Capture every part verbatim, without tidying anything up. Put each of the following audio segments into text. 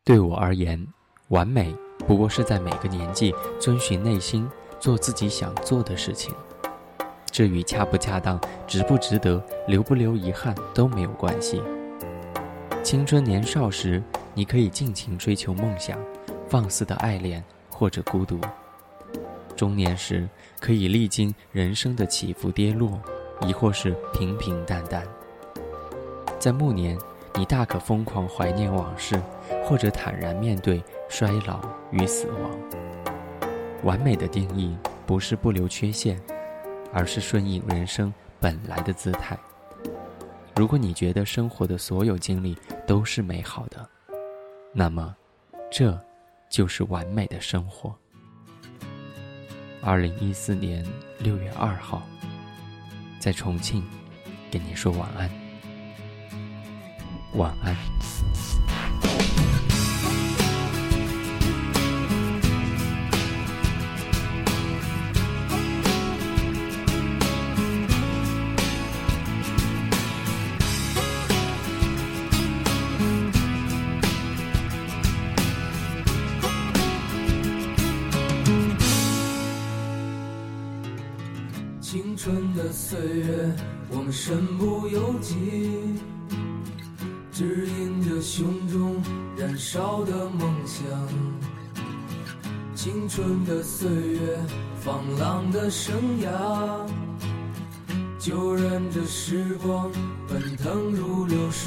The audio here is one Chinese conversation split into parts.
对我而言，完美不过是在每个年纪遵循内心，做自己想做的事情。至于恰不恰当，值不值得，留不留遗憾都没有关系。青春年少时，你可以尽情追求梦想，放肆的爱恋或者孤独。中年时，可以历经人生的起伏跌落，亦或是平平淡淡。在暮年，你大可疯狂怀念往事，或者坦然面对衰老与死亡。完美的定义不是不留缺陷，而是顺应人生本来的姿态。如果你觉得生活的所有经历都是美好的，那么这就是完美的生活。二零一四年六月二号，在重庆跟你说晚安。晚安。 青春的岁月，我们身不由己，指引着胸中燃烧的梦想。青春的岁月，放浪的生涯，就任这时光奔腾如流水，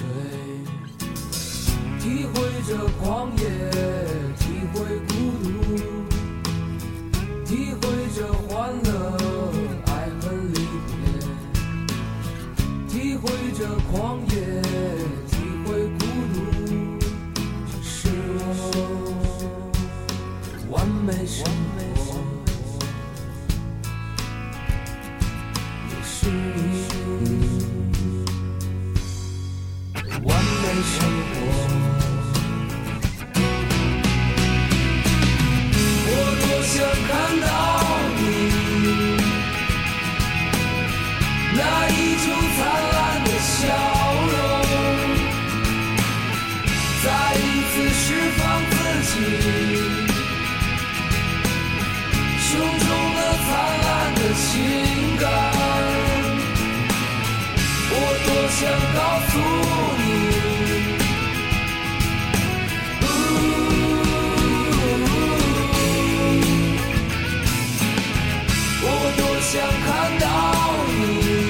体会着狂野，体会孤独，体会着欢乐，爱恨离别，体会着狂野，体会孤独，这是我完美生活，也是你完美生活。我多想看到你那依旧灿烂的笑容，再一次释放自己胸中的灿烂的情感。我多想告诉你，我多想看到你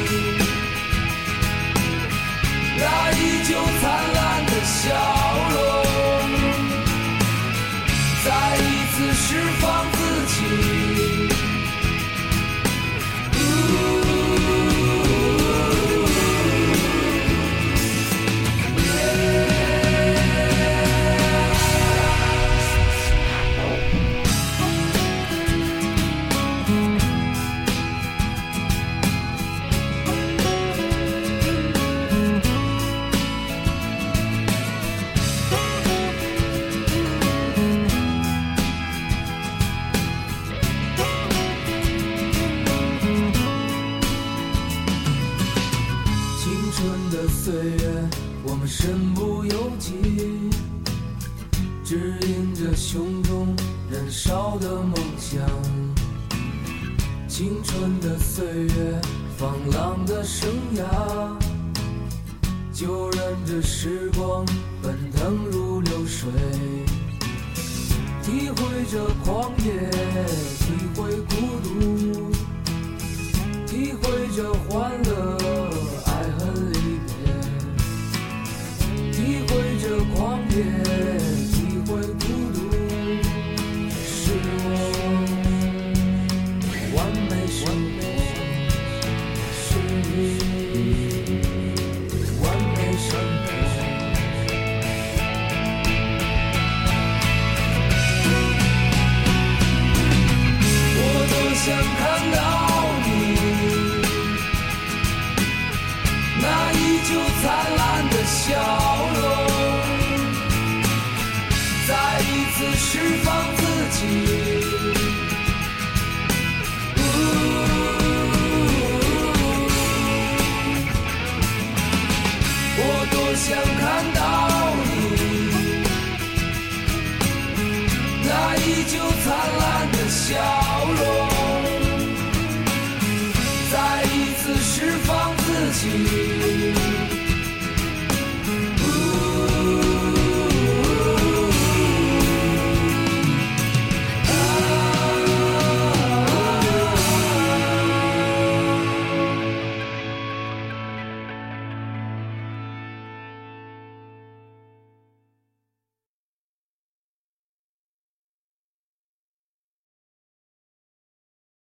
那依旧灿烂的笑容，再一次释放自己。青春的岁月，我们身不由己，指引着胸中燃烧的梦想。青春的岁月，放浪的生涯，就任这时光奔腾如流水，体会着狂野，体会孤独，体会着欢乐，爱恨离别，体会着狂野，体会孤独，这是我完美生活，是你完美生活。我多想看到你那依旧灿烂的笑容，再一次释放自己。我多想看到你依旧灿烂的笑容，再一次释放自己。